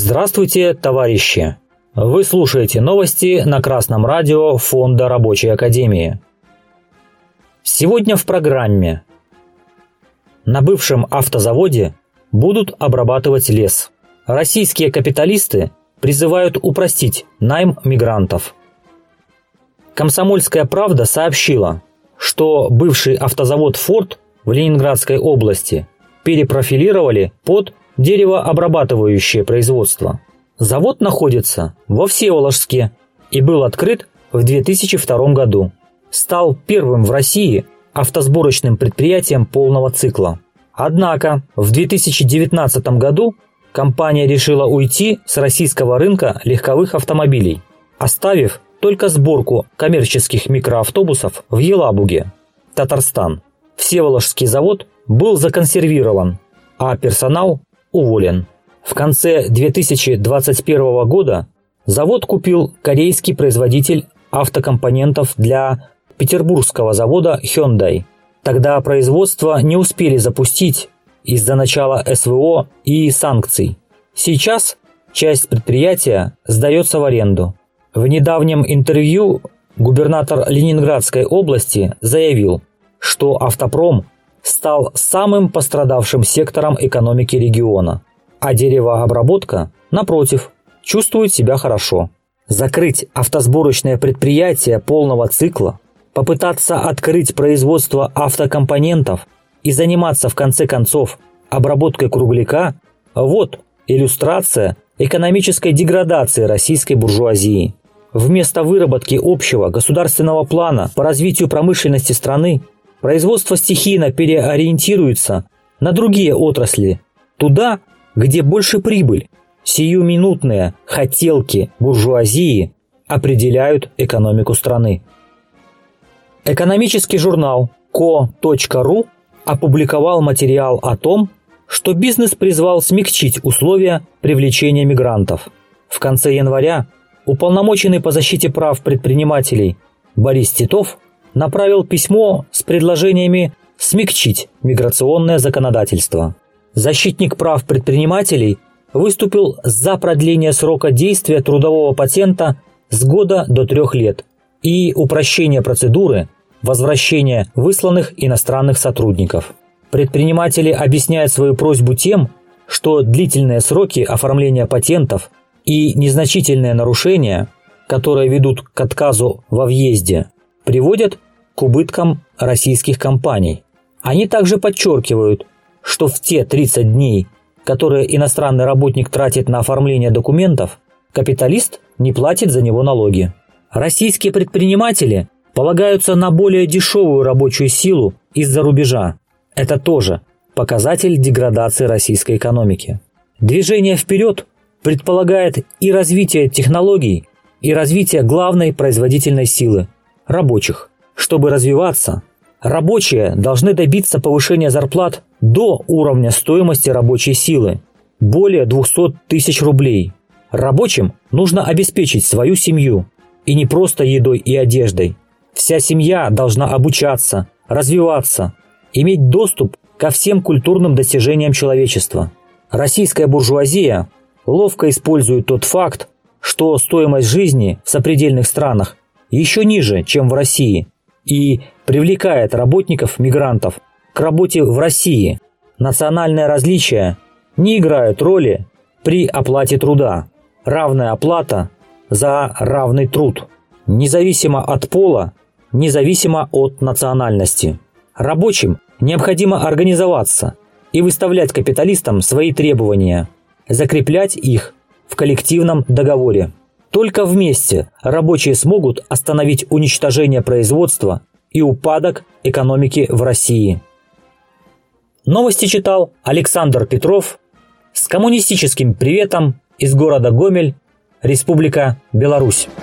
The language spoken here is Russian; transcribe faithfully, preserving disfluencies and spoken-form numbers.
Здравствуйте, товарищи! Вы слушаете новости на Красном радио Фонда Рабочей Академии. Сегодня в программе. На бывшем автозаводе будут обрабатывать лес. Российские капиталисты призывают упростить найм мигрантов. «Комсомольская правда» сообщила, что бывший автозавод «Форд» в Ленинградской области перепрофилировали под деревообрабатывающее производство. Завод находится во Всеволожске и был открыт в две тысячи втором году. Стал первым в России автосборочным предприятием полного цикла. Однако в две тысячи девятнадцатом году компания решила уйти с российского рынка легковых автомобилей, оставив только сборку коммерческих микроавтобусов в Елабуге, Татарстан. Всеволожский завод был законсервирован, а персонал уволен. В конце две тысячи двадцать первого года завод купил корейский производитель автокомпонентов для петербургского завода Hyundai. Тогда производство не успели запустить из-за начала эс вэ о и санкций. Сейчас часть предприятия сдается в аренду. В недавнем интервью губернатор Ленинградской области заявил, что автопром стал самым пострадавшим сектором экономики региона, а деревообработка, напротив, чувствует себя хорошо. Закрыть автосборочное предприятие полного цикла, попытаться открыть производство автокомпонентов и заниматься в конце концов обработкой кругляка – вот иллюстрация экономической деградации российской буржуазии. Вместо выработки общего государственного плана по развитию промышленности страны, производство стихийно переориентируется на другие отрасли, туда, где больше прибыль. Сиюминутные хотелки буржуазии определяют экономику страны. Экономический журнал ко точка ру опубликовал материал о том, что бизнес призвал смягчить условия привлечения мигрантов. В конце января уполномоченный по защите прав предпринимателей Борис Титов направил письмо с предложениями смягчить миграционное законодательство. Защитник прав предпринимателей выступил за продление срока действия трудового патента с года до трех лет и упрощение процедуры возвращения высланных иностранных сотрудников. Предприниматели объясняют свою просьбу тем, что длительные сроки оформления патентов и незначительные нарушения, которые ведут к отказу во въезде, приводят к убыткам российских компаний. Они также подчеркивают, что в те тридцать дней, которые иностранный работник тратит на оформление документов, капиталист не платит за него налоги. Российские предприниматели полагаются на более дешевую рабочую силу из-за рубежа. Это тоже показатель деградации российской экономики. Движение вперед предполагает и развитие технологий, и развитие главной производительной силы – рабочих. Чтобы развиваться, рабочие должны добиться повышения зарплат до уровня стоимости рабочей силы – более двухсот тысяч рублей. Рабочим нужно обеспечить свою семью, и не просто едой и одеждой. Вся семья должна обучаться, развиваться, иметь доступ ко всем культурным достижениям человечества. Российская буржуазия ловко использует тот факт, что стоимость жизни в сопредельных странах еще ниже, чем в России, и привлекает работников-мигрантов к работе в России. Национальные различия не играют роли при оплате труда. Равная оплата за равный труд, независимо от пола, независимо от национальности. Рабочим необходимо организоваться и выставлять капиталистам свои требования, закреплять их в коллективном договоре. Только вместе рабочие смогут остановить уничтожение производства и упадок экономики в России. Новости читал Александр Петров с коммунистическим приветом из города Гомель, Республика Беларусь.